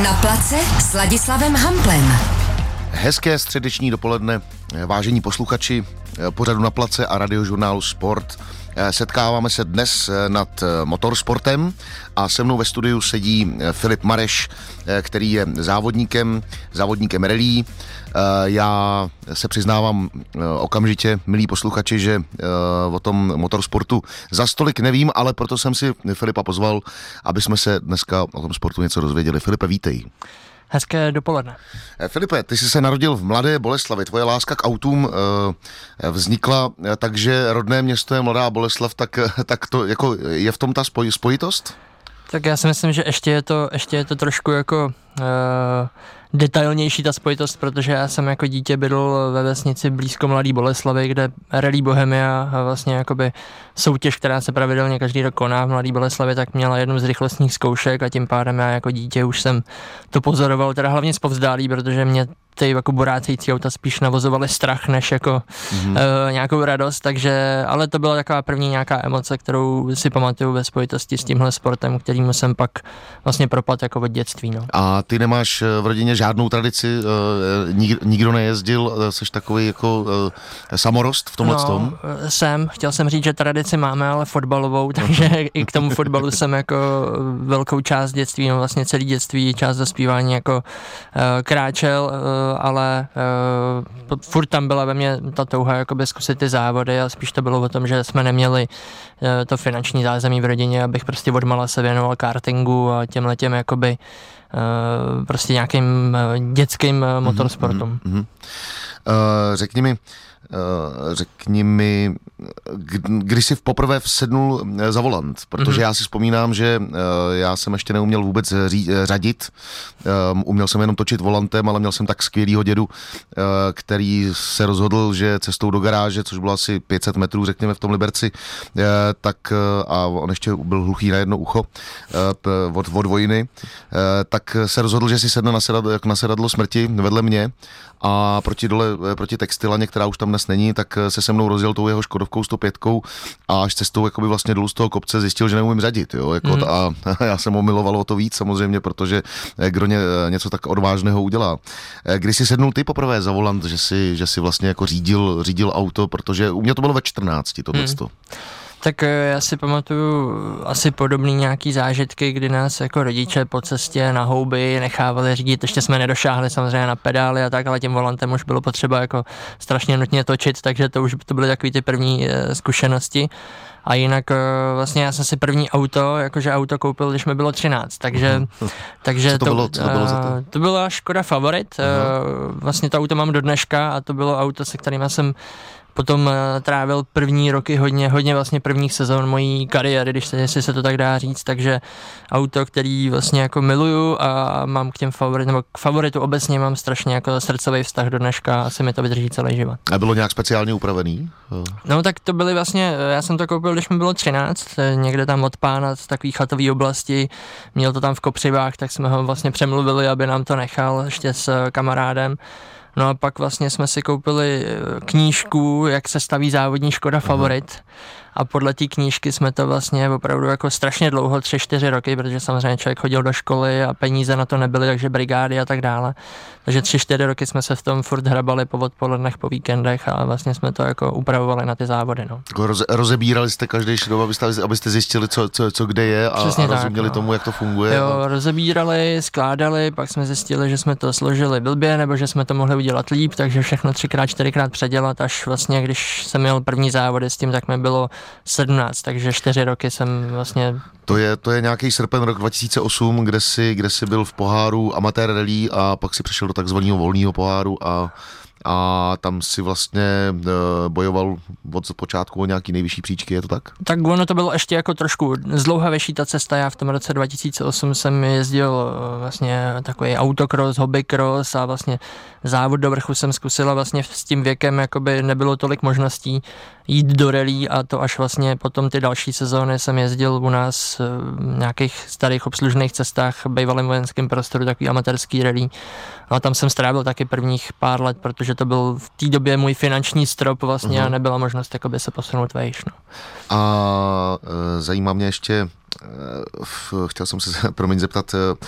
Na place s Ladislavem Hamplem. Hezké středeční dopoledne, vážení posluchači pořadu Na place a radiožurnálu Sport. Setkáváme se dnes nad motorsportem a se mnou ve studiu sedí Filip Mareš, který je závodníkem rallye. Já se přiznávám okamžitě, milí posluchači, že o tom motorsportu za stolik nevím, ale proto jsem si Filipa pozval, aby jsme se dneska o tom sportu něco dozvěděli. Filipe, vítej. Hezké dopoledne. Filipe, ty jsi se narodil v Mladé Boleslavi. Tvoje láska k autům vznikla tak, že rodné město je Mladá Boleslav, tak to jako je v tom ta spojitost? Tak já si myslím, že ještě je to trošku jako detailnější ta spojitost, protože já jsem jako dítě bydlel ve vesnici blízko Mladé Boleslavy, kde Rally Bohemia a vlastně jakoby soutěž, která se pravidelně každý rok koná v Mladé Boleslavě, tak měla jednu z rychlostních zkoušek a tím pádem já jako dítě už jsem to pozoroval, teda hlavně zpovzdálí, protože mě ty jako borácející auta spíš navozovaly strach než jako nějakou radost, takže, ale to byla taková první nějaká emoce, kterou si pamatuju ve spojitosti s tímhle sportem, kterýmu jsem pak vlastně propadl jako od dětství. No. A ty nemáš v rodině žádnou tradici, nikdo nejezdil, jsi takový jako samorost v tomhle tom? Chtěl jsem říct, že tradici máme, ale fotbalovou, takže i k tomu fotbalu jsem jako velkou část dětství, no vlastně celý dětství, část dospívání jako kráčel, ale furt tam byla ve mně ta touha jakoby zkusit ty závody a spíš to bylo o tom, že jsme neměli to finanční zázemí v rodině, abych prostě odmala se věnoval kartingu a těmhletěm jakoby prostě nějakým dětským motorsportům. Řekni mi, kdy jsi poprvé vsednul za volant, protože já si vzpomínám, že já jsem ještě neuměl vůbec řadit, uměl jsem jenom točit volantem, ale měl jsem tak skvělýho dědu, který se rozhodl, že cestou do garáže, což bylo asi 500 metrů, řekněme v tom Liberci, tak a on ještě byl hluchý na jedno ucho od vojny, tak se rozhodl, že si sedne na sedadlo smrti vedle mě a proti textilaně, která už tam dnes není, tak se mnou rozjel tou jeho Škodovkou 105 a až cestou jakoby vlastně dolů z toho kopce zjistil, že neumím řadit, jo, jako a já jsem ho miloval o to víc samozřejmě, protože kdo něco tak odvážného udělá. Kdy jsi sednul ty poprvé za volant, že si vlastně jako řídil auto, protože u mě to bylo ve 14 tohleto. Tak já si pamatuju asi podobný nějaký zážitky, kdy nás jako rodiče po cestě na houby nechávali řídit, ještě jsme nedošáhli samozřejmě na pedály a tak, ale tím volantem už bylo potřeba jako strašně nutně točit, takže to byly takový ty první zkušenosti. A jinak vlastně já jsem si první auto koupil, když mi bylo 13, takže co to bylo za to? To byla Škoda Favorit, vlastně to auto mám do dneška a to bylo auto, se kterým jsem potom trávil první roky hodně vlastně prvních sezon mojí kariéry, jestli se to tak dá říct, takže auto, který vlastně jako miluju a mám k těm k favoritu obecně mám strašně jako srdcový vztah do dneška, asi mi to vydrží celý život. A bylo nějak speciálně upravený? No tak to byly vlastně, já jsem to koupil, když mi bylo 13, někde tam od pána z takový chatový oblasti, měl to tam v Kopřivách, tak jsme ho vlastně přemluvili, aby nám to nechal ještě s kamarádem. No a pak vlastně jsme si koupili knížku, jak se staví závodní Škoda Favorit a podle té knížky jsme to vlastně opravdu jako strašně dlouho, 3-4 roky, protože samozřejmě člověk chodil do školy a peníze na to nebyly, takže brigády a tak dále. Takže 3-4 roky jsme se v tom furt hrabali po odpolednech, po víkendech a vlastně jsme to jako upravovali na ty závody. No. Rozebírali jste každý šroub, abyste zjistili, co kde je a rozuměli tomu, jak to funguje? Jo, rozebírali, skládali, pak jsme zjistili, že jsme to složili blbě, nebo že jsme to mohli udělat líp, takže všechno 3x, 4x předělat, až vlastně, když jsem měl první závody s tím, tak mi bylo 17, takže 4 roky jsem vlastně... To je nějaký srpen rok 2008, kde jsi byl v poháru amatér rally a pak si přešel do takzvaného volného poháru a tam si vlastně bojoval od počátku o nějaký nejvyšší příčky, je to tak? Tak ono to bylo ještě jako trošku zdlouhavější ta cesta, já v tom roce 2008 jsem jezdil vlastně takový autocross, hobbycross a vlastně závod do vrchu jsem zkusil a vlastně s tím věkem jakoby nebylo tolik možností jít do rally a to až vlastně potom ty další sezóny jsem jezdil u nás v nějakých starých obslužných cestách v bývalém vojenském prostoru, takový amatérský rally. No a tam jsem strávil taky prvních pár let, protože to byl v té době můj finanční strop vlastně a nebyla možnost jakoby se posunout vejš. No. A zajímá mě ještě, chtěl jsem se zeptat,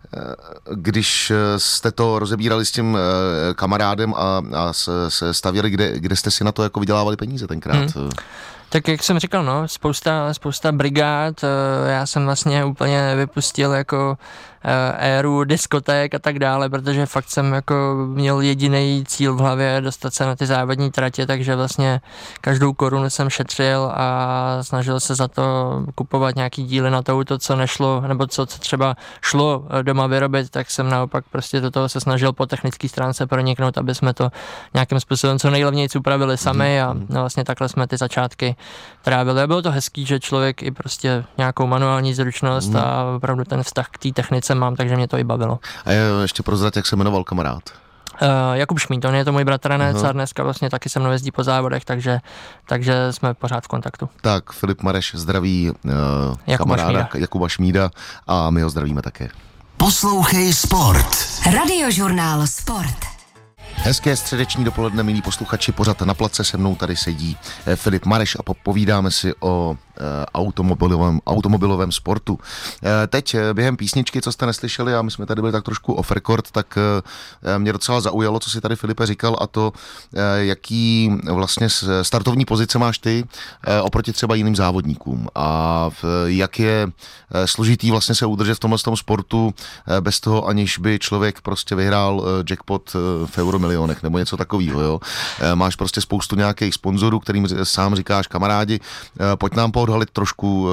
Když jste to rozebírali s tím kamarádem a se stavěli, kde jste si na to jako vydělávali peníze tenkrát? Tak jak jsem říkal, no, spousta brigád, já jsem vlastně úplně vypustil jako éru diskoték a tak dále, protože fakt jsem jako měl jediný cíl v hlavě dostat se na ty závodní tratě, takže vlastně každou korunu jsem šetřil a snažil se za to kupovat nějaký díly na to auto, co nešlo, nebo co třeba šlo doma vyrobit, tak jsem naopak prostě do toho se snažil po technické stránce proniknout, aby jsme to nějakým způsobem co nejlevnějc upravili sami a vlastně takhle jsme ty začátky trávili. A bylo to hezký, že člověk i prostě nějakou manuální zručnost a opravdu ten vztah k té technice mám, takže mě to i bavilo. A ještě prozrať, jak se jmenoval kamarád? Jakub Šmíd, on je to můj bratranec a dneska vlastně taky se mnou jezdí po závodech, takže jsme pořád v kontaktu. Tak Filip Mareš zdraví kamaráda Jakuba Šmída a my ho zdravíme také. Poslouchej Sport. Radiožurnál Sport. Hezké středeční dopoledne, milí posluchači, pořád na place se mnou tady sedí Filip Mareš a povídáme si o automobilovém sportu. Teď během písničky, co jste neslyšeli, a my jsme tady byli tak trošku off record, tak mě docela zaujalo, co si tady Filipe říkal, a to, jaký vlastně startovní pozice máš ty oproti třeba jiným závodníkům a jak je složitý vlastně se udržet v tomhle sportu bez toho, aniž by člověk prostě vyhrál jackpot v euromilionech nebo něco takového, jo. Máš prostě spoustu nějakých sponzorů, kterým sám říkáš kamarádi, pojď nám odhalit trošku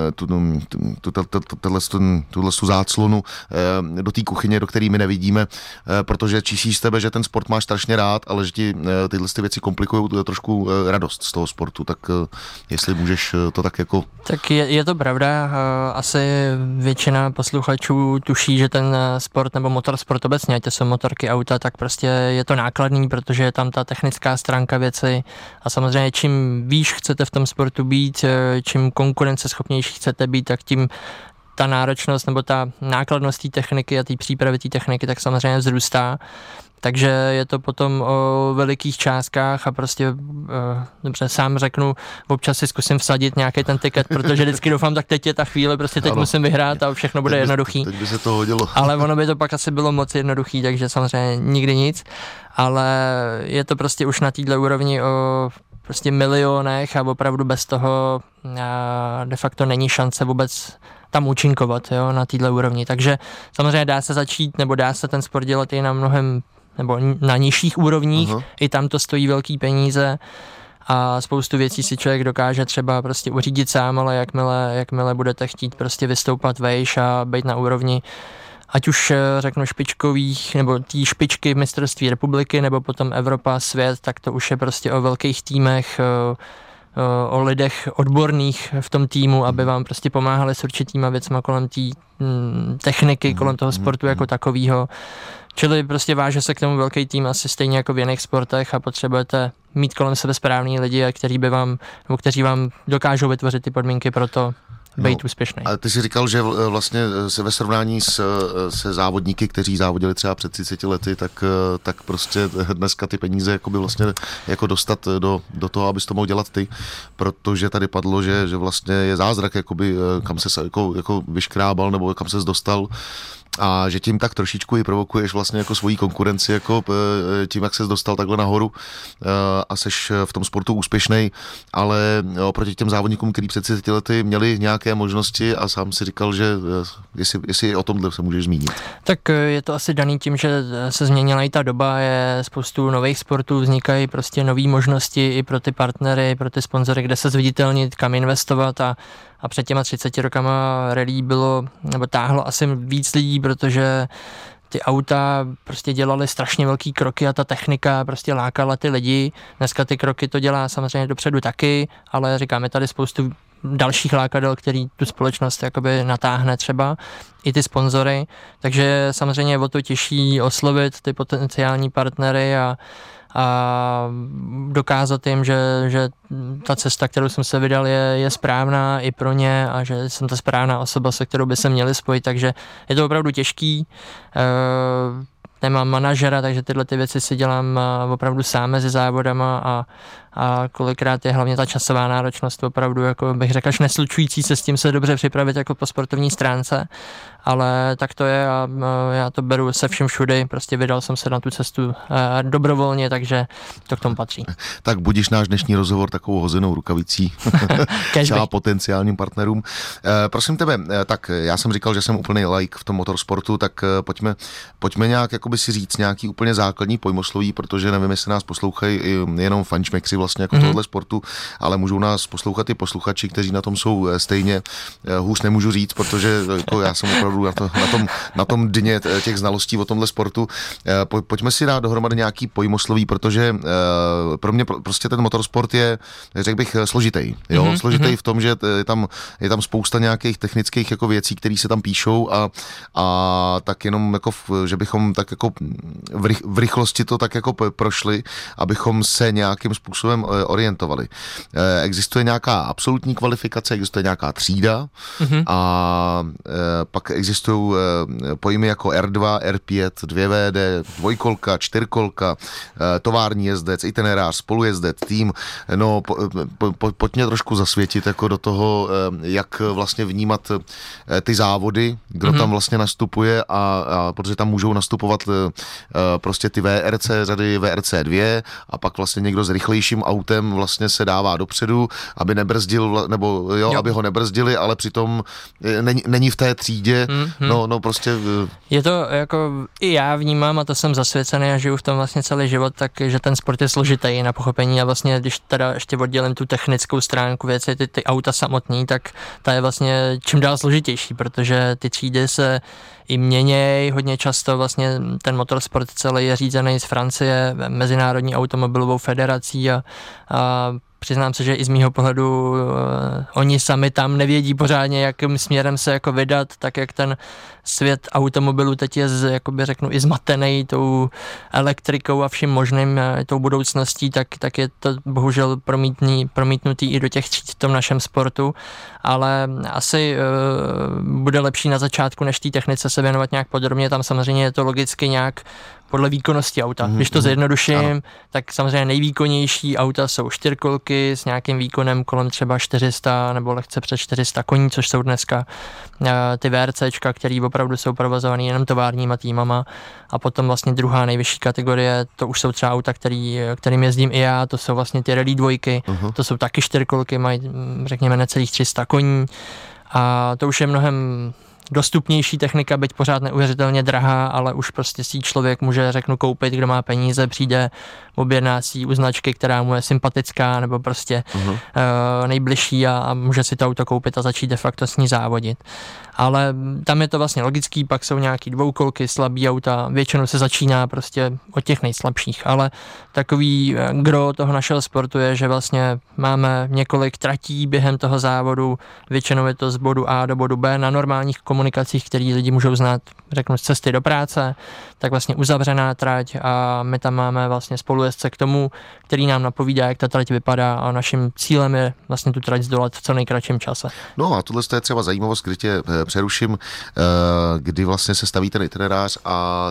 tuhle záclonu do té kuchyně, do které my nevidíme, protože čísíš z tebe, že ten sport máš strašně rád, ale že ti tyhle věci komplikují trošku radost z toho sportu, tak jestli můžeš to tak jako... Tak je to pravda, asi většina posluchačů tuší, že ten sport nebo motorsport obecně, ať to jsou motorky, auta, tak prostě je to nákladný, protože je tam ta technická stránka věci a samozřejmě čím výš chcete v tom sportu být, čím konkurenceschopnější chcete být, tak tím ta náročnost nebo ta nákladnost té techniky a té přípravy té techniky tak samozřejmě vzrůstá. Takže je to potom o velikých částkách a prostě, dobře, sám řeknu, občas si zkusím vsadit nějaký ten tiket, protože vždycky doufám, tak teď je ta chvíle, prostě teď musím vyhrát a všechno bude jednoduchý. Teď by se to hodilo. Ale ono by to pak asi bylo moc jednoduchý, takže samozřejmě nikdy nic, ale je to prostě už na této úrovni o prostě milionech a opravdu bez toho de facto není šance vůbec tam účinkovat, jo, na této úrovni. Takže samozřejmě dá se začít, nebo dá se ten sport dělat i na mnohem, nebo na nižších úrovních, i tam to stojí velký peníze a spoustu věcí si člověk dokáže třeba prostě uřídit sám, ale jakmile budete chtít prostě vystoupat vejš a být na úrovni, ať už řeknu špičkových, nebo tý špičky mistrovství republiky, nebo potom Evropa, svět, tak to už je prostě o velkých týmech, o lidech odborných v tom týmu, aby vám prostě pomáhali s určitýma věcma kolem té techniky, kolem toho sportu jako takového. Čili prostě váže se k tomu velký tým asi stejně jako v jiných sportech a potřebujete mít kolem sebe správný lidi, kteří vám dokážou vytvořit ty podmínky pro to, být úspěšný. A ty jsi říkal, že vlastně se ve srovnání se závodníky, kteří závodili třeba před 30 lety, tak prostě dneska ty peníze jakoby vlastně jako dostat do toho, abys to mohl dělat ty, protože tady padlo, že vlastně je zázrak, jakoby, kam se jako vyškrábal nebo kam ses dostal, a že tím tak trošičku i provokuješ vlastně jako svoji konkurenci, jako tím, jak ses dostal takhle nahoru a seš v tom sportu úspěšnej, ale oproti těm závodníkům, kteří před 30 lety měli nějaké možnosti a sám si říkal, že jestli o tomhle se můžeš zmínit. Tak je to asi daný tím, že se změnila i ta doba, je spoustu nových sportů, vznikají prostě nové možnosti i pro ty partnery, pro ty sponzory, kde se zviditelnit, kam investovat a před těma 30 rokama rally bylo, nebo táhlo asi víc lidí, protože ty auta prostě dělaly strašně velký kroky a ta technika prostě lákala ty lidi. Dneska ty kroky to dělá samozřejmě dopředu taky, ale říkáme tady spoustu dalších lákadel, který tu společnost jakoby natáhne třeba, i ty sponzory. Takže samozřejmě je o to těžší oslovit ty potenciální partnery a dokázat jim, že ta cesta, kterou jsem se vydal, je správná i pro ně a že jsem ta správná osoba, se kterou by se měli spojit, takže je to opravdu těžký. nemám manažera, takže tyhle ty věci si dělám opravdu sám mezi závodama a kolikrát je hlavně ta časová náročnost opravdu, jako bych řekl, až neslučující se s tím se dobře připravit jako po sportovní stránce, ale tak to je a já to beru se vším všudy, prostě vydal jsem se na tu cestu dobrovolně, takže to k tomu patří. Tak budíš náš dnešní rozhovor takovou hozenou rukavicí třeba potenciálním partnerům. Prosím tebe, tak já jsem říkal, že jsem úplný laik v tom motorsportu, tak pojďme nějak jakoby si říct nějaký úplně základní pojmosloví, protože nevím, jestli nás poslouchají jenom fančmekři vlastně jako tohohle sportu, ale můžou nás poslouchat i posluchači, kteří na tom jsou stejně, hůř nemůžu říct, protože jako já jsem opravdu na tom dně těch znalostí o tomhle sportu. Pojďme si dát dohromady nějaký pojmosloví, protože pro mě prostě ten motorsport je, řekl bych, složitý. Jo? Složitý v tom, že je tam spousta nějakých technických jako věcí, které se tam píšou a tak jenom jako, že bychom tak jako v rychlosti to tak jako prošli, abychom se nějakým způsobem orientovali. Existuje nějaká absolutní kvalifikace, existuje nějaká třída a pak existují pojmy jako R2, R5, 2VD, dvojkolka, čtyřkolka, tovární jezdec, itinerář, spolujezdec, tým. No, pojďme trošku zasvětit jako do toho, jak vlastně vnímat ty závody, kdo tam vlastně nastupuje a protože tam můžou nastupovat prostě ty VRC řady, VRC2 a pak vlastně někdo s rychlejším autem vlastně se dává dopředu, aby nebrzdil, nebo aby ho nebrzdili, ale přitom není v té třídě, no prostě... Je to jako, i já vnímám, a to jsem zasvěcený a žiju v tom vlastně celý život, takže ten sport je složitý na pochopení a vlastně, když teda ještě oddělím tu technickou stránku věci, ty auta samotný, tak ta je vlastně čím dál složitější, protože ty třídy se i měněj hodně často, vlastně ten motorsport celý je řízený z Francie, Mezinárodní automobilovou federací a přiznám se, že i z mýho pohledu oni sami tam nevědí pořádně, jakým směrem se jako vydat, tak jak ten svět automobilů teď je, jakoby řeknu, i zmatený tou elektrikou a vším možným, tou budoucností, tak je to bohužel promítnutý i do těch tříd v tom našem sportu, ale asi bude lepší na začátku, než té technice se věnovat nějak podrobně, tam samozřejmě je to logicky nějak podle výkonnosti auta. Když to zjednoduším, tak samozřejmě nejvýkonnější auta jsou čtyřkolky s nějakým výkonem kolem třeba 400 nebo lehce přes 400 koní, což jsou dneska ty VRCčka, který opravdu jsou provozovaný jenom továrníma týmama a potom vlastně druhá nejvyšší kategorie, to už jsou třeba auta, kterým jezdím i já, to jsou vlastně ty rally dvojky, to jsou taky čtyřkolky, mají řekněme necelých 300 koní a to už je mnohem dostupnější technika, byť pořád neuvěřitelně drahá, ale už prostě si člověk může, řeknu, koupit, kdo má peníze, přijde, objedná si u značky, která mu je sympatická nebo prostě nejbližší a může si to auto koupit a začít de facto s ní závodit. Ale tam je to vlastně logický, pak jsou nějaký dvoukolky, slabý auta, většinou se začíná prostě od těch nejslabších, ale takový gro toho našeho sportu je, že vlastně máme několik tratí během toho závodu, většinou je to z bodu A do bodu B na normálních komunikacích, které lidi můžou znát, řeknu, z cesty do práce, tak vlastně uzavřená trať a my tam máme vlastně spolujezdce k tomu, který nám napovídá, jak ta trať vypadá a naším cílem je vlastně tu trať zdolat v co nejkratším čase. No a tohle je třeba zajímavost, kdy tě přeruším, kdy vlastně se staví ten itinerář a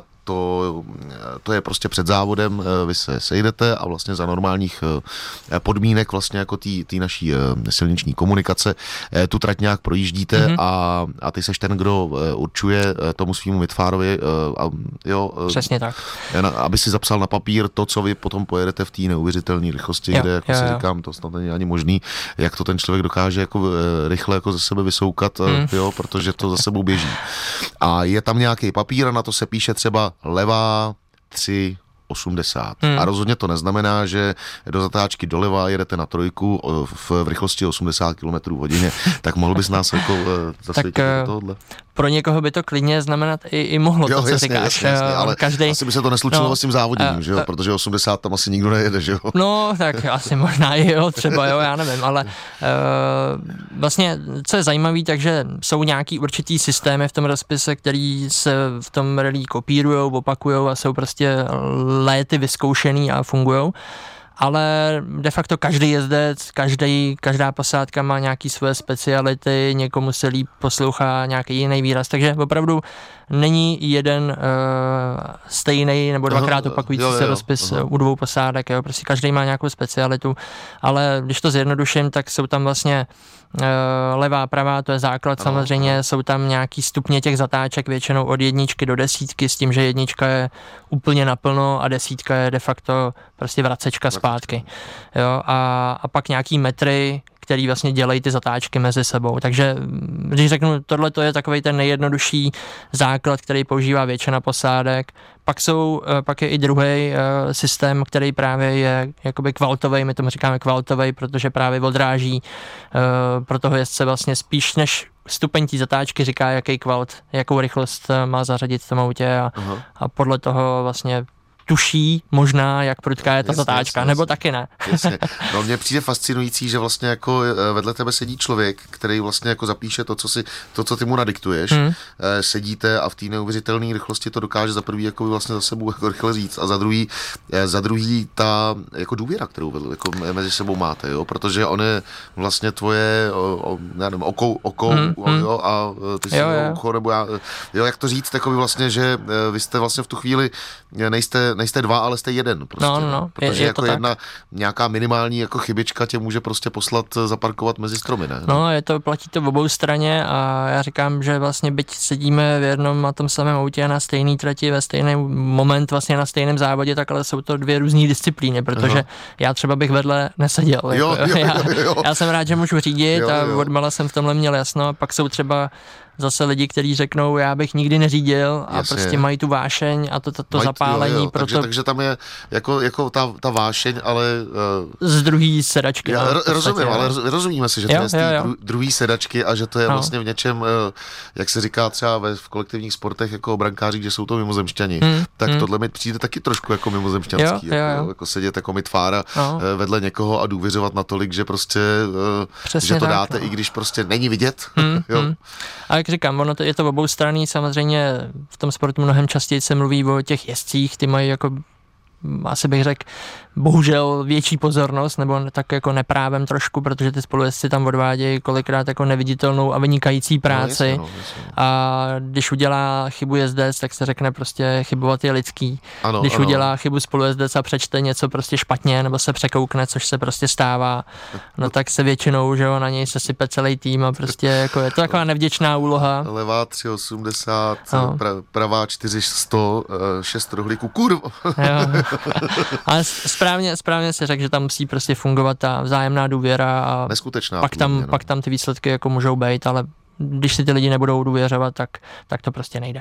to je prostě před závodem, vy se sejdete a vlastně za normálních podmínek vlastně jako té naší silniční komunikace tu trať nějak projíždíte a ty seš ten, kdo určuje tomu svýmu Mitfárovi, přesně tak. Aby si zapsal na papír to, co vy potom pojedete v té neuvěřitelné rychlosti, kde jako si říkám, to snad není ani možný, jak to ten člověk dokáže jako rychle jako ze sebe vysoukat, protože to za sebou běží. A je tam nějaký papír a na to se píše třeba levá 3,80. A rozhodně to neznamená, že do zatáčky doleva jedete na trojku v rychlosti 80 km hodině. Tak mohl bys nás jako zasvětit do tohohle? Pro někoho by to klidně znamenat i mohlo, to, co říkáš. Jasně, ale asi by se to neslučilo s tím závoděním, že jo? Protože 80 tam asi nikdo nejede, že jo? No, tak asi možná třeba já nevím, ale vlastně, co je zajímavý, takže jsou nějaký určitý systémy v tom rozpise, který se v tom rally kopírujou, opakujou a jsou prostě léty vyzkoušený a fungujou. ale de facto každý jezdec, každá posádka má nějaký své speciality, někomu se líp poslouchá nějaký jiný výraz, takže opravdu není jeden stejný nebo dvakrát opakující se rozpis u dvou posádek, jo, prostě každý má nějakou specialitu, ale když to zjednoduším, tak jsou tam vlastně levá, pravá, to je základ samozřejmě, jsou tam nějaký stupně těch zatáček, většinou od 1 do 10, s tím, že 1 je úplně naplno a 10 je de facto prostě vracečka zpátky. Jo, a pak nějaký metry, který vlastně dělají ty zatáčky mezi sebou. Takže když řeknu, tohle to je takovej ten nejjednodušší základ, který používá většina posádek. Pak je i druhý systém, který právě je jakoby kvaltovej, my tomu říkáme kvaltovej, protože právě odráží pro toho jezdce vlastně spíš než stupeň té zatáčky říká, jaký kvalt, jakou rychlost má zařadit v tom autě a podle toho vlastně tuší možná, jak prudká je ta zatáčka, nebo taky ne. Jasně. No mně přijde fascinující, že vlastně jako vedle tebe sedí člověk, který vlastně jako zapíše to, co ty mu nadiktuješ. Sedíte a v té neuvěřitelné rychlosti to dokáže za prvý jako vlastně za sebou jako rychle říct a za druhý ta jako důvěra, kterou jako mezi sebou máte, jo, protože on je vlastně tvoje oko jo, a ty si ucho, nebo já, jo, jak to říct, jako vlastně, že vy jste vlastně v tu chvíli nejste dva, ale jste jeden. Prostě, no. Protože je jako jedna nějaká minimální jako chybička tě může prostě poslat zaparkovat mezi stromy, ne? No, platí to v obou straně a já říkám, že vlastně byť sedíme v jednom a tom samém autě na stejný trati ve stejný moment vlastně na stejném závodě, tak ale jsou to dvě různé disciplíny, protože já třeba bych vedle neseděl. Já jsem rád, že můžu řídit a odmala jsem v tomhle měl jasno, a pak jsou třeba zase lidi, kteří řeknou, já bych nikdy neřídil a prostě mají tu vášeň a to zapálení. Proto... Takže tam je jako ta vášeň, ale... Z druhý sedačky. Rozumím, ale rozumíme si, že to je z té druhý sedačky a že to je vlastně v něčem, jak se říká třeba v kolektivních sportech jako brankáři, kde jsou to mimozemšťani, tak tohle mi přijde taky trošku jako mimozemšťanský. Jako sedět jako mitfára vedle někoho a důvěřovat natolik, že prostě, že to dáte, i když prostě není vidět. A jak říkám, je to oboustranný, samozřejmě v tom sportu mnohem častěji se mluví o těch jezdcích, ty mají jako, asi bych řekl, bohužel větší pozornost, nebo tak jako neprávem trošku, protože ty spolujezdci tam odvádějí kolikrát jako neviditelnou a vynikající práci. No, jasně. A když udělá chybu jezdec, tak se řekne prostě chybovat je lidský. Když udělá chybu spolujezdec a přečte něco prostě špatně, nebo se překoukne, což se prostě stává, no tak se většinou, že jo, na něj se sype celý tým a prostě jako je to taková nevděčná úloha. Levá 380, pravá 400, 6 rohlíků, kurva. Ale správně se řekl, že tam musí prostě fungovat ta vzájemná důvěra a neskutečná pak tam ty výsledky jako můžou být, ale když si ty lidi nebudou důvěřovat, tak to prostě nejde.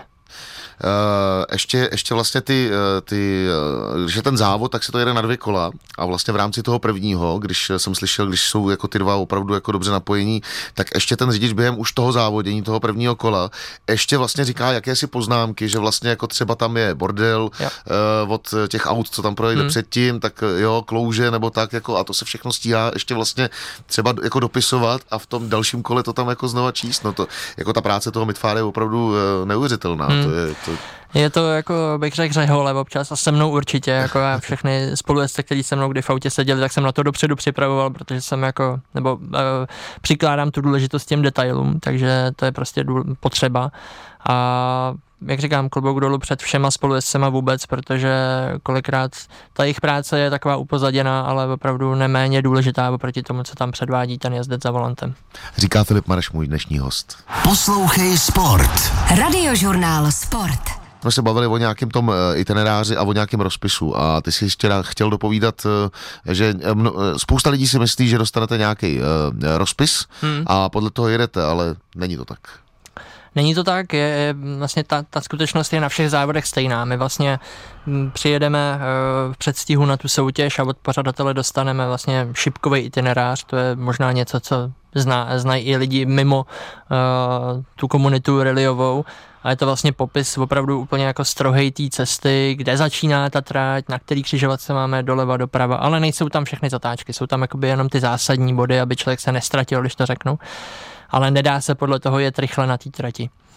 Ještě vlastně když je ten závod, tak se to jede na 2 kola a vlastně v rámci toho prvního, když jsem slyšel, když jsou jako ty dva opravdu jako dobře napojení, tak ještě ten řidič během už toho závodění, toho prvního kola, ještě vlastně říká jakési poznámky, že vlastně jako třeba tam je bordel od těch aut, co tam projede předtím, tak jo, klouže nebo tak jako a to se všechno stíhá ještě vlastně třeba jako dopisovat a v tom dalším kole to tam jako znova číst, no to jako ta práce toho mitfára je opravdu neuvěřitelná. Je to jako, bych řekl, řehole občas a se mnou určitě, jako já všechny spolujezdce, kteří se mnou kdy v autě seděli, tak jsem na to dopředu připravoval, protože jsem jako, přikládám tu důležitost těm detailům, takže to je prostě potřeba a jak říkám, klobouk dolů před všema spolujezdcema vůbec, protože kolikrát ta jejich práce je taková upozaděná, ale opravdu neméně důležitá oproti tomu, co tam předvádí ten jezdec za volantem. Říká Filip Mareš, můj dnešní host. Poslouchej sport. Radiožurnál Sport. Jsme se bavili o nějakém tom itineráři a o nějakém rozpisu a ty si ještě chtěl dopovídat, že spousta lidí si myslí, že dostanete nějaký rozpis a podle toho jedete, ale není to tak. Není to tak, je vlastně ta skutečnost je na všech závodech stejná. My vlastně přijedeme v předstihu na tu soutěž a od pořadatele dostaneme vlastně šipkový itinerář, to je možná něco, co znají i lidi mimo tu komunitu rallyovou. A je to vlastně popis opravdu úplně jako strohej té cesty, kde začíná ta trať, na který křižovatce máme doleva, doprava, ale nejsou tam všechny zatáčky, jsou tam jakoby jenom ty zásadní body, aby člověk se nestratil, když to řeknu. Ale nedá se podle toho jet rychle na té trati.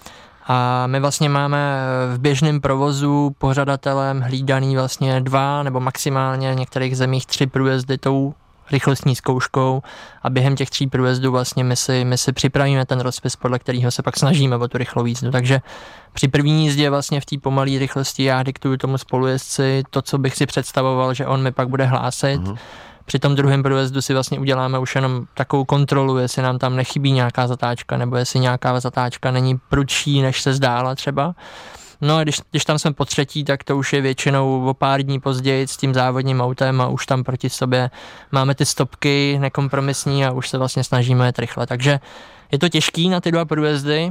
A my vlastně máme v běžném provozu pořadatelem hlídaný vlastně 2 nebo maximálně v některých zemích 3 průjezdy tou rychlostní zkouškou a během těch 3 průjezdů vlastně my si připravíme ten rozpis, podle kterého se pak snažíme o tu rychlou jízdu. Takže při první jízdě vlastně v té pomalé rychlosti já diktuju tomu spolujezdci to, co bych si představoval, že on mi pak bude hlásit. Při tom druhém průjezdu si vlastně uděláme už jenom takovou kontrolu, jestli nám tam nechybí nějaká zatáčka, nebo jestli nějaká zatáčka není prudší, než se zdála třeba. No a když tam jsme po 3., tak to už je většinou o pár dní později s tím závodním autem a už tam proti sobě máme ty stopky nekompromisní a už se vlastně snažíme jet rychle. Takže je to těžký na ty 2 průjezdy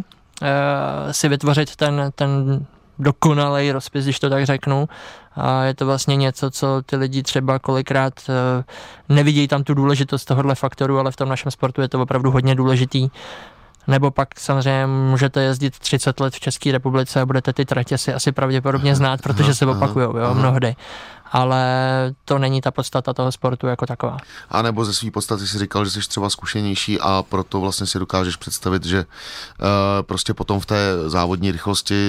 si vytvořit ten dokonalej rozpis, když to tak řeknu. A je to vlastně něco, co ty lidi třeba kolikrát nevidějí tam tu důležitost tohohle faktoru, ale v tom našem sportu je to opravdu hodně důležitý. Nebo pak samozřejmě můžete jezdit 30 let v České republice a budete ty tratě si asi pravděpodobně znát, protože se opakujou, mnohdy. Ale to není ta podstata toho sportu jako taková. A nebo ze své podstaty si říkal, že jsi třeba zkušenější a proto vlastně si dokážeš představit, že prostě potom v té závodní rychlosti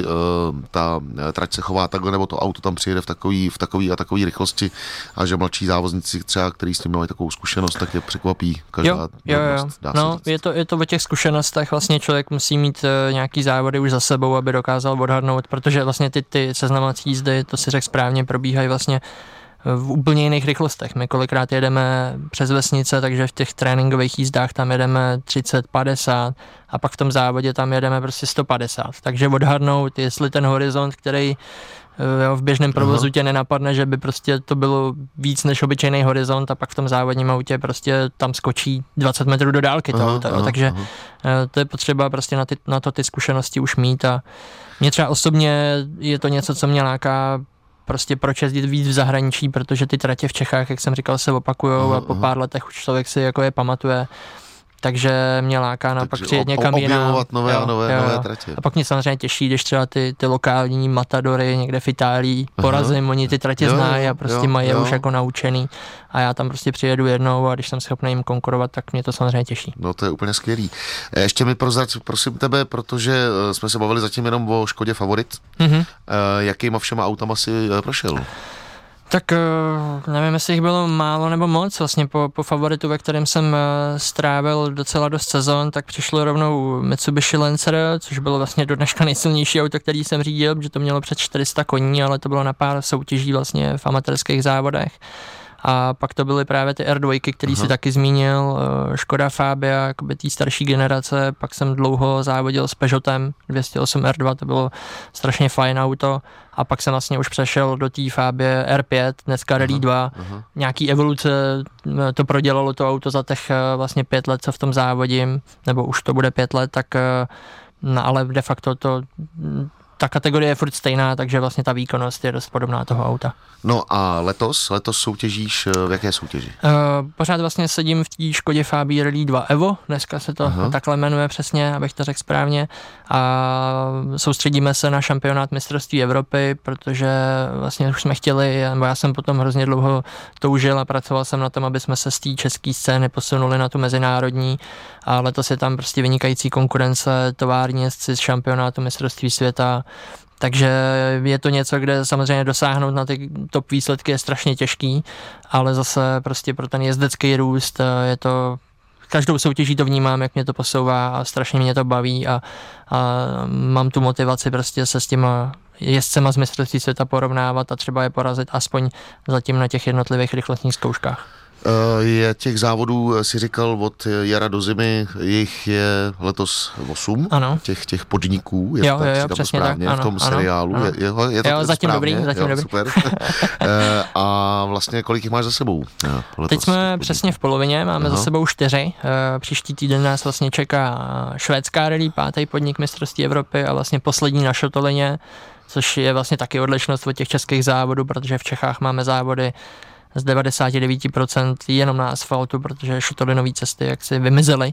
ta trať se chová takhle, nebo to auto tam přijede v takové rychlosti a že mladší závozníci třeba, který s tím mají takovou zkušenost, tak je překvapí každá drobnost. No, je to o těch zkušenostech, vlastně člověk musí mít nějaký závody už za sebou, aby dokázal odhadnout, protože vlastně ty seznamovací jízdy, to si řekl správně, probíhají vlastně v úplně jiných rychlostech. My kolikrát jedeme přes vesnice, takže v těch tréninkových jízdách tam jedeme 30, 50 a pak v tom závodě tam jedeme prostě 150. Takže odhadnout, jestli ten horizont, který v běžném provozu tě nenapadne, že by prostě to bylo víc než obyčejný horizont a pak v tom závodním autě prostě tam skočí 20 metrů do dálky to auto. Takže to je potřeba prostě na to ty zkušenosti už mít a mě třeba osobně je to něco, co mě láká prostě proč jezdit víc v zahraničí, protože ty tratě v Čechách, jak jsem říkal, se opakujou a po pár letech už člověk si jako je pamatuje. Takže mě láká naopak přijet někam jinam. Nové tratě. A pak mě samozřejmě těší, když třeba ty lokální matadory někde v Itálii porazím, oni ty tratě znají a prostě mají je už jako naučený. A já tam prostě přijedu jednou a když jsem schopný jim konkurovat, tak mě to samozřejmě těší. No to je úplně skvělý. Ještě mi prozrať, prosím tebe, protože jsme se bavili zatím jenom o Škodě Favorit. Jakýma všema autama si prošel? Tak nevím, jestli jich bylo málo nebo moc. Vlastně po Favoritu, ve kterém jsem strávil docela dost sezon, tak přišlo rovnou Mitsubishi Lancer, což bylo vlastně do dneška nejsilnější auto, který jsem řídil, protože to mělo přes 400 koní, ale to bylo na pár soutěží vlastně v amatérských závodech. A pak to byly právě ty R2, který si taky zmínil, Škoda Fabia, jakoby té starší generace, pak jsem dlouho závodil s Peugeotem 208 R2, to bylo strašně fajn auto a pak jsem vlastně už přešel do té Fabie R5, dneska Rally 2, nějaký evoluce to prodělalo to auto za těch vlastně 5 let, co v tom závodím, nebo už to bude 5 let, tak ale de facto ta kategorie je furt stejná, takže vlastně ta výkonnost je dost podobná toho auta. No a letos soutěžíš v jaké soutěži? Pořád vlastně sedím v té Škodě Fabie Rally 2 Evo, dneska se to takhle jmenuje přesně, abych to řekl správně, a soustředíme se na šampionát mistrovství Evropy, protože vlastně už jsme chtěli, nebo já jsem potom hrozně dlouho toužil a pracoval jsem na tom, aby jsme se z té české scény posunuli na tu mezinárodní, a letos je tam prostě vynikající konkurence, tovární jezdci z šampionátu mistrovství světa. Takže je to něco, kde samozřejmě dosáhnout na ty top výsledky je strašně těžký, ale zase prostě pro ten jezdecký růst je to, každou soutěží to vnímám, jak mě to posouvá a strašně mě to baví a mám tu motivaci prostě se s těma jezdcema z mistrovství světa porovnávat a třeba je porazit aspoň zatím na těch jednotlivých rychlostních zkouškách. Je těch závodů, si říkal, od jara do zimy, jich je letos 8, ano. těch podniků, je jo, to přesně správně, tak, v tom seriálu, ano. Je to zatím správně, dobrý. Super. A vlastně kolik jich máš za sebou letos? Teď jsme přesně v polovině, máme za sebou 4, příští týden nás vlastně čeká švédská rally, 5. podnik mistrovství Evropy a vlastně poslední na Šotolině, což je vlastně taky odlišnost od těch českých závodů, protože v Čechách máme závody z 99% jenom na asfaltu, protože šotolinové cesty jaksi vymizely.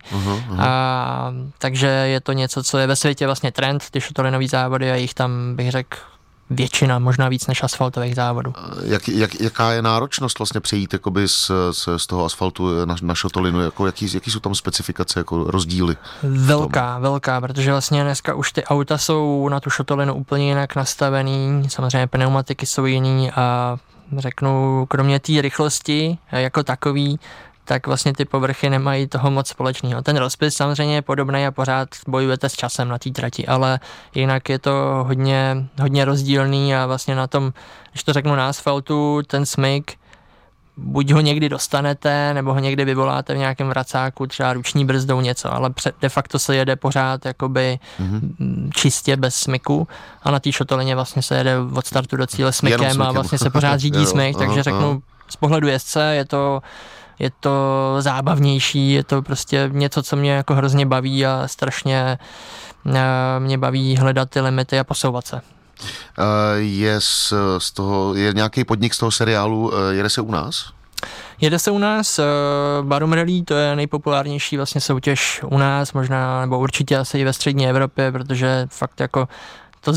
Takže je to něco, co je ve světě vlastně trend, ty šotolinové závody a jich tam, bych řekl, většina, možná víc než asfaltových závodů. Jaká je náročnost vlastně přejít jakoby z toho asfaltu na šotolinu, jako jaký jsou tam specifikace, jako rozdíly? Velká, protože vlastně dneska už ty auta jsou na tu šotolinu úplně jinak nastavený, samozřejmě pneumatiky jsou jiný a řeknu, kromě té rychlosti jako takový, tak vlastně ty povrchy nemají toho moc společného. Ten rozpis samozřejmě je podobný a pořád bojujete s časem na té trati, ale jinak je to hodně rozdílný a vlastně na tom, když to řeknu na asfaltu, ten smyk, buď ho někdy dostanete, nebo ho někdy vyvoláte v nějakém vracáku, třeba ruční brzdou něco, ale de facto se jede pořád jakoby čistě bez smyku a na té šotolině vlastně se jede od startu do cíle smykem a vlastně se pořád řídí smyk, takže řeknu, z pohledu jezdce je to zábavnější, je to prostě něco, co mě jako hrozně baví a strašně mě baví hledat ty limity a posouvat se. Je nějaký podnik z toho seriálu, jede se u nás? Jede se u nás, Barum Rally, to je nejpopulárnější vlastně soutěž u nás, možná, nebo určitě asi i ve střední Evropě, protože fakt jako to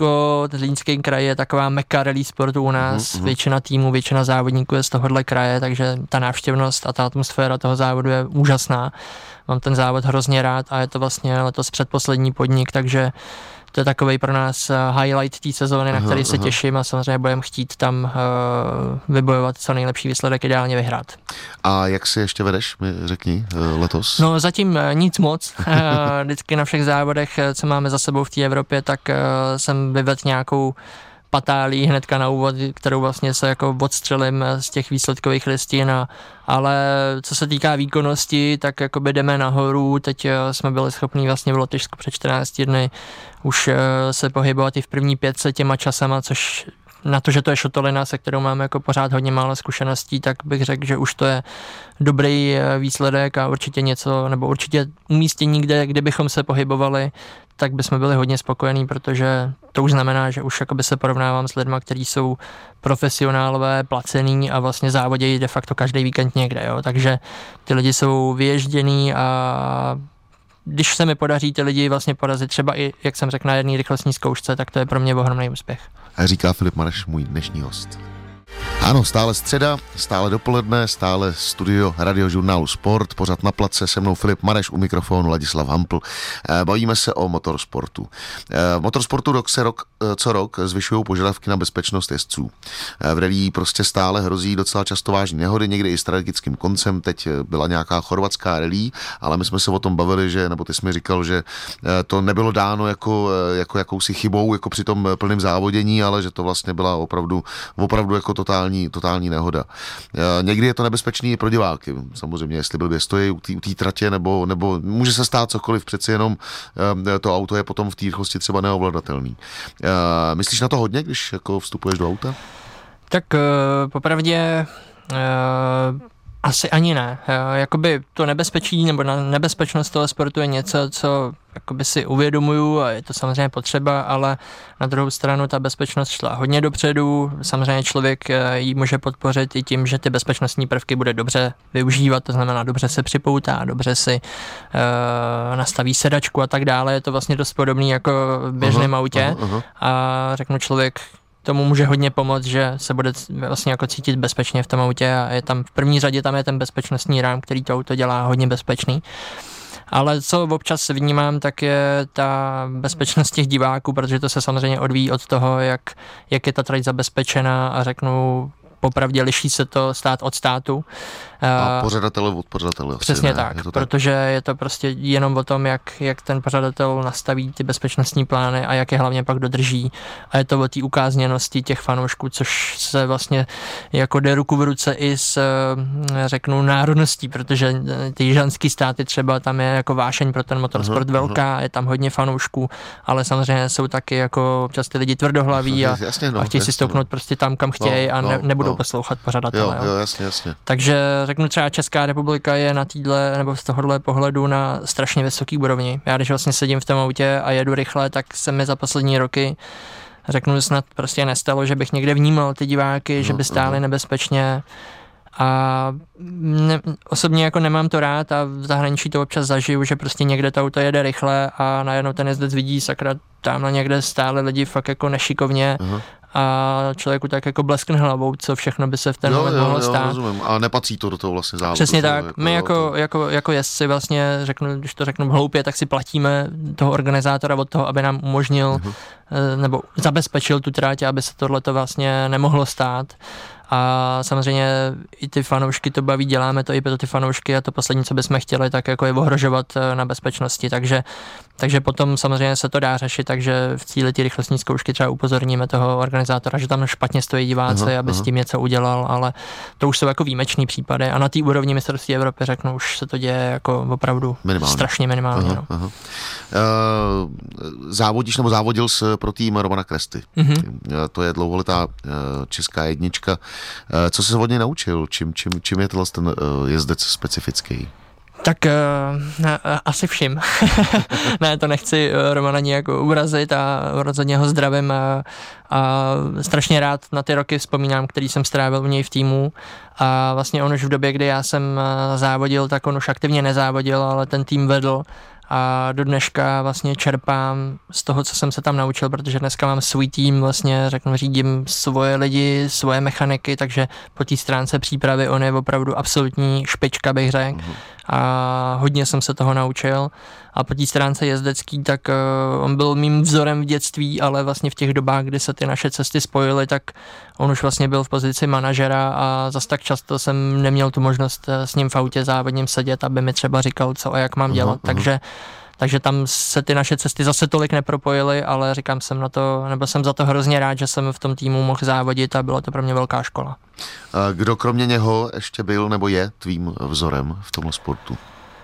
Zlínský kraj je taková meka rally sportu u nás, většina týmů, většina závodníků je z tohohle kraje, takže ta návštěvnost a ta atmosféra toho závodu je úžasná. Mám ten závod hrozně rád a je to vlastně letos předposlední podnik, takže to je takovej pro nás highlight té sezóny, na který se těším a samozřejmě budeme chtít tam vybojovat co nejlepší výsledek, ideálně vyhrát. A jak si ještě vedeš, mi řekni, letos? No zatím nic moc. Vždycky na všech závodech, co máme za sebou v té Evropě, tak jsem vyvedl nějakou patálí hnedka na úvod, kterou vlastně se jako odstřelím z těch výsledkových listin, ale co se týká výkonnosti, tak jakoby jdeme nahoru, teď jsme byli schopní vlastně v Lotyšsku před 14 dny už se pohybovat i v první 5 těma časama, což na to, že to je šotolina, se kterou máme jako pořád hodně málo zkušeností, tak bych řekl, že už to je dobrý výsledek a určitě něco, nebo určitě umístění, kde bychom se pohybovali, tak bychom byli hodně spokojení, protože to už znamená, že už jakoby se porovnávám s lidma, kteří jsou profesionálové, placený a vlastně závodějí de facto každý víkend někde, jo? Takže ty lidi jsou vyježděný a když se mi podaří ty lidi vlastně porazit třeba i, jak jsem řekl, na jedné rychlostní zkoušce, tak to je pro mě ohromný úspěch. Říká Filip Mareš, můj dnešní host. Ano, stále středa, stále dopoledne, stále studio Radiožurnálu Sport, pořad na place, se mnou Filip Mareš, u mikrofonu Ladislav Hampl. Bavíme se o motorsportu. V motorsportu co rok zvyšují požadavky na bezpečnost jezdců. V rally prostě stále hrozí docela často vážné nehody, někdy i s tragickým koncem. Teď byla nějaká chorvatská rally, ale my jsme se o tom bavili, nebo ty jsi mi říkal, že to nebylo dáno jako jakousi chybou, jako při tom plném závodění, ale že to vlastně byla opravdu jako totální nehoda. Někdy je to nebezpečný i pro diváky. Samozřejmě, jestli blbě stojí u té tratě, nebo může se stát cokoliv, přeci jenom to auto je potom v té rychlosti třeba neovladatelný. Myslíš na to hodně, když jako vstupuješ do auta? Tak popravdě asi ani ne. Jakoby to nebezpečí nebo nebezpečnost toho sportu je něco, co jakoby si uvědomuju a je to samozřejmě potřeba, ale na druhou stranu ta bezpečnost šla hodně dopředu. Samozřejmě člověk ji může podpořit i tím, že ty bezpečnostní prvky bude dobře využívat, to znamená dobře se připoutá, dobře si nastaví sedačku a tak dále. Je to vlastně dost podobný jako v běžném autě a řeknu člověk tomu může hodně pomoct, že se bude vlastně jako cítit bezpečně v tom autě a je tam v první řadě tam je ten bezpečnostní rám, který to auto dělá hodně bezpečný. Ale co občas vnímám, tak je ta bezpečnost těch diváků, protože to se samozřejmě odvíjí od toho, jak je ta trať zabezpečená a řeknu popravdě liší se to stát od státu. A pořadatel od pořadatele. Přesně tak, protože je to prostě jenom o tom, jak ten pořadatel nastaví ty bezpečnostní plány a jak je hlavně pak dodrží. A je to o té ukázněnosti těch fanoušků, což se vlastně jako jde ruku v ruce i s, řeknu, národností, protože ty jižanský státy třeba tam je jako vášeň pro ten motorsport velká, je tam hodně fanoušků, ale samozřejmě jsou taky jako občas ty lidi tvrdohlaví a chtějí si stoupnout prostě tam, kam chtějí a nebudou poslouchat pořadatele. Jo, jasně. Takže řeknu třeba Česká republika je na týhle nebo z tohohle pohledu na strašně vysoký úrovni. Já když vlastně sedím v tom autě a jedu rychle, tak se mi za poslední roky řeknu snad prostě nestalo, že bych někde vnímal ty diváky, že by stáli nebezpečně A osobně jako nemám to rád a v zahraničí to občas zažiju, že prostě někde to auto jede rychle a najednou ten jezdec vidí, sakra, tamhle někde stáli lidi fakt jako nešikovně. A člověku tak jako bleskne hlavou, co všechno by se v ten moment mohlo stát. Rozumím. A nepatří to do toho vlastně závodu. Přesně tak. My jako jezdci vlastně, když to řeknu hloupě, tak si platíme toho organizátora od toho, aby nám umožnil nebo zabezpečil tu tráť, aby se tohleto vlastně nemohlo stát. A samozřejmě i ty fanoušky to baví, děláme to i pro ty fanoušky a to poslední, co bychom chtěli, tak jako je ohrožovat na bezpečnosti, takže potom samozřejmě se to dá řešit, takže v cíli ty rychlostní zkoušky třeba upozorníme toho organizátora, že tam špatně stojí diváci, aby s tím něco udělal, ale to už jsou jako výjimečný případy a na té úrovni mistrovství Evropy řeknu, už se to děje jako opravdu strašně minimálně. Závodíš nebo závodil jsi pro tým Romana Kresty. To je dlouholetá česká jednička. Co jsi od něj naučil? Čím je ten jezdec specifický? Tak asi všim. Ne, to nechci Romana nějak urazit a rozhodně ho zdravím a strašně rád na ty roky vzpomínám, který jsem strávil u něj v týmu a vlastně on už v době, kdy já jsem závodil, tak on už aktivně nezávodil, ale ten tým vedl a do dneška vlastně čerpám z toho, co jsem se tam naučil, protože dneska mám svůj tým, vlastně řeknu, řídím svoje lidi, svoje mechaniky, takže po té stránce přípravy on je opravdu absolutní špička, bych řekl. A hodně jsem se toho naučil. A po té stránce jezdecký, tak on byl mým vzorem v dětství, ale vlastně v těch dobách, kdy se ty naše cesty spojily, tak on už vlastně byl v pozici manažera a zas tak často jsem neměl tu možnost s ním v autě závodním sedět, aby mi třeba říkal, co a jak mám dělat. Takže tam se ty naše cesty zase tolik nepropojily, ale říkám, jsem za to hrozně rád, že jsem v tom týmu mohl závodit a byla to pro mě velká škola. Kdo kromě něho ještě byl nebo je tvým vzorem v tomhle sportu?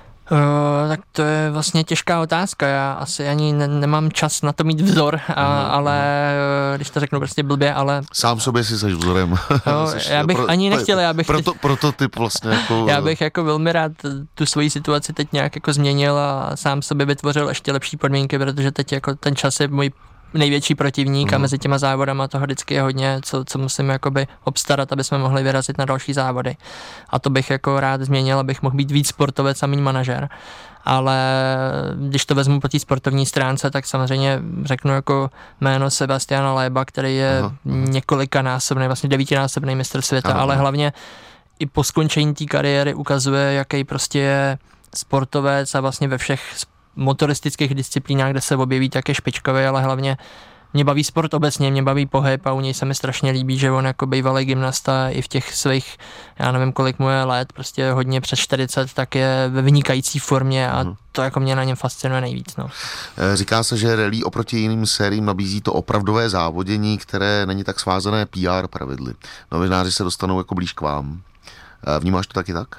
Tak to je vlastně těžká otázka, já asi ani nemám čas na to mít vzor, ale když to řeknu prostě blbě, ale... Sám sobě si seš vzorem. Já bych ani nechtěl, prototyp vlastně jako... Já bych jako velmi rád tu svoji situaci teď nějak jako změnil a sám sobě vytvořil ještě lepší podmínky, protože teď jako ten čas je můj největší protivník a mezi těma závodama toho vždycky je hodně, co musím jakoby obstarat, aby jsme mohli vyrazit na další závody. A to bych jako rád změnil, abych mohl být víc sportovec a méně manažer. Ale když to vezmu po té sportovní stránce, tak samozřejmě řeknu jako jméno Sebastiana Loeba, který je několikanásobný, vlastně 9násobný mistr světa, ale hlavně i po skončení té kariéry ukazuje, jaký prostě je sportovec a vlastně ve všech motoristických disciplínách, kde se objeví, tak je špičkový, ale hlavně mě baví sport obecně, mě baví pohyb a u něj se mi strašně líbí, že on jako bývalý gymnasta i v těch svých, já nevím kolik mu je let, prostě hodně přes 40, tak je ve vynikající formě a to jako mě na něm fascinuje nejvíc. No. Říká se, že rally oproti jiným sériím nabízí to opravdové závodění, které není tak svázané PR pravidly. Novináři se dostanou jako blíž k vám. Vnímáš to taky tak?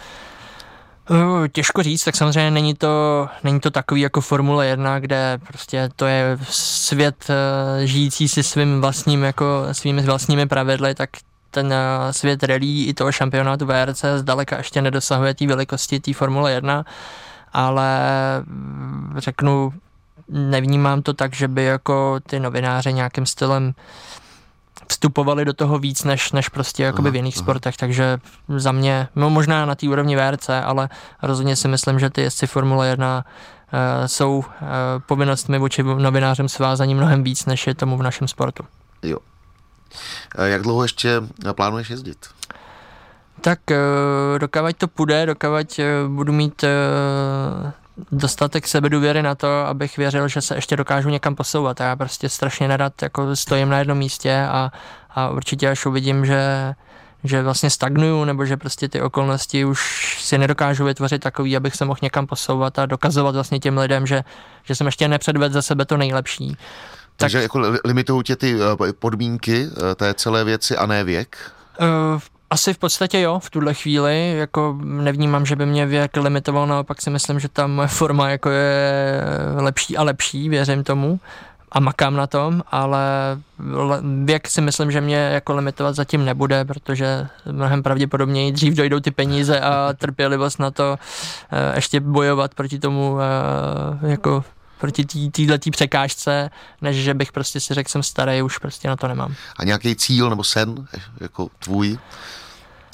Těžko říct, tak samozřejmě není to takový jako Formule 1, kde prostě to je svět žijící si svými vlastními pravidly, tak ten svět rally i toho šampionátu VRC zdaleka ještě nedosahuje té velikosti té Formule 1, ale řeknu, nevnímám to tak, že by jako ty novináři nějakým stylem vstupovali do toho víc, než prostě jakoby v jiných sportech, takže za mě, možná na té úrovni VRC, ale rozhodně si myslím, že ty jezdci Formule 1 jsou povinnostmi vůči novinářem svázaní mnohem víc, než je tomu v našem sportu. Jo. Jak dlouho ještě plánuješ jezdit? Tak dokavať to půjde, dokavať budu mít dostatek sebedůvěry na to, abych věřil, že se ještě dokážu někam posouvat. Já prostě strašně nerad jako stojím na jednom místě a určitě až uvidím, že vlastně stagnuju, nebo že prostě ty okolnosti už si nedokážu vytvořit takový, abych se mohl někam posouvat a dokazovat vlastně těm lidem, že jsem ještě nepředvedl za sebe to nejlepší. Takže jako limitují tě ty podmínky té celé věci a ne věk? Asi v podstatě jo, v tuhle chvíli, jako nevnímám, že by mě věk limitoval, naopak si myslím, že ta moje forma jako je lepší a lepší, věřím tomu a makám na tom, ale věk si myslím, že mě jako limitovat zatím nebude, protože mnohem pravděpodobněji dřív dojdou ty peníze a trpělivost na to ještě bojovat proti tomu jako proti této překážce, než že bych prostě si řekl, jsem starý, už prostě na to nemám. A nějaký cíl nebo sen jako tvůj?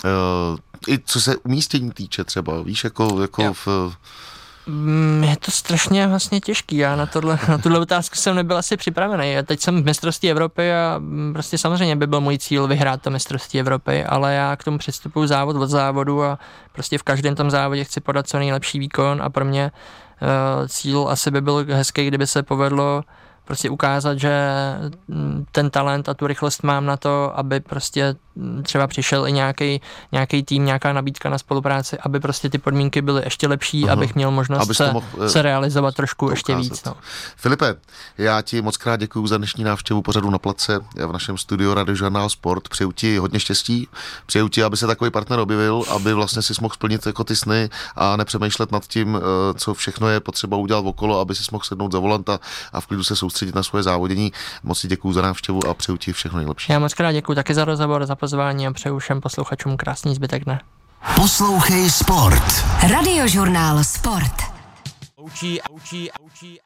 I co se umístění týče třeba, víš, jako v... Je to strašně vlastně těžký, já na tuhle otázku jsem nebyl asi připravený. Teď jsem v mistrovství Evropy a prostě samozřejmě by byl můj cíl vyhrát to mistrovství Evropy, ale já k tomu přistupuji závod od závodu a prostě v každém tom závodě chci podat co nejlepší výkon a pro mě cíl asi by byl hezký, kdyby se povedlo prostě ukázat, že ten talent a tu rychlost mám na to, aby prostě třeba přišel i nějaký tým, nějaká nabídka na spolupráci, aby prostě ty podmínky byly ještě lepší, abych měl možnost se realizovat trošku ještě víc. No. Filipe, já ti moc krát děkuju za dnešní návštěvu pořadu Na place v našem studiu Radiožurnál Sport. Přeju ti hodně štěstí, přeju ti, aby se takový partner objevil, aby vlastně si mohl splnit jako ty sny a nepřemýšlet nad tím, co všechno je potřeba udělat okolo, aby si mohl sednout za volant a v klidu se soustředit na svoje závodění. Moc ti děkuju za návštěvu a přeju ti všechno nejlepší. Já moc krát děkuju taky za rozhovor, za pozvání a přeju všem posluchačům krásný zbytek dne. Poslouchej Sport. Radiožurnál Sport.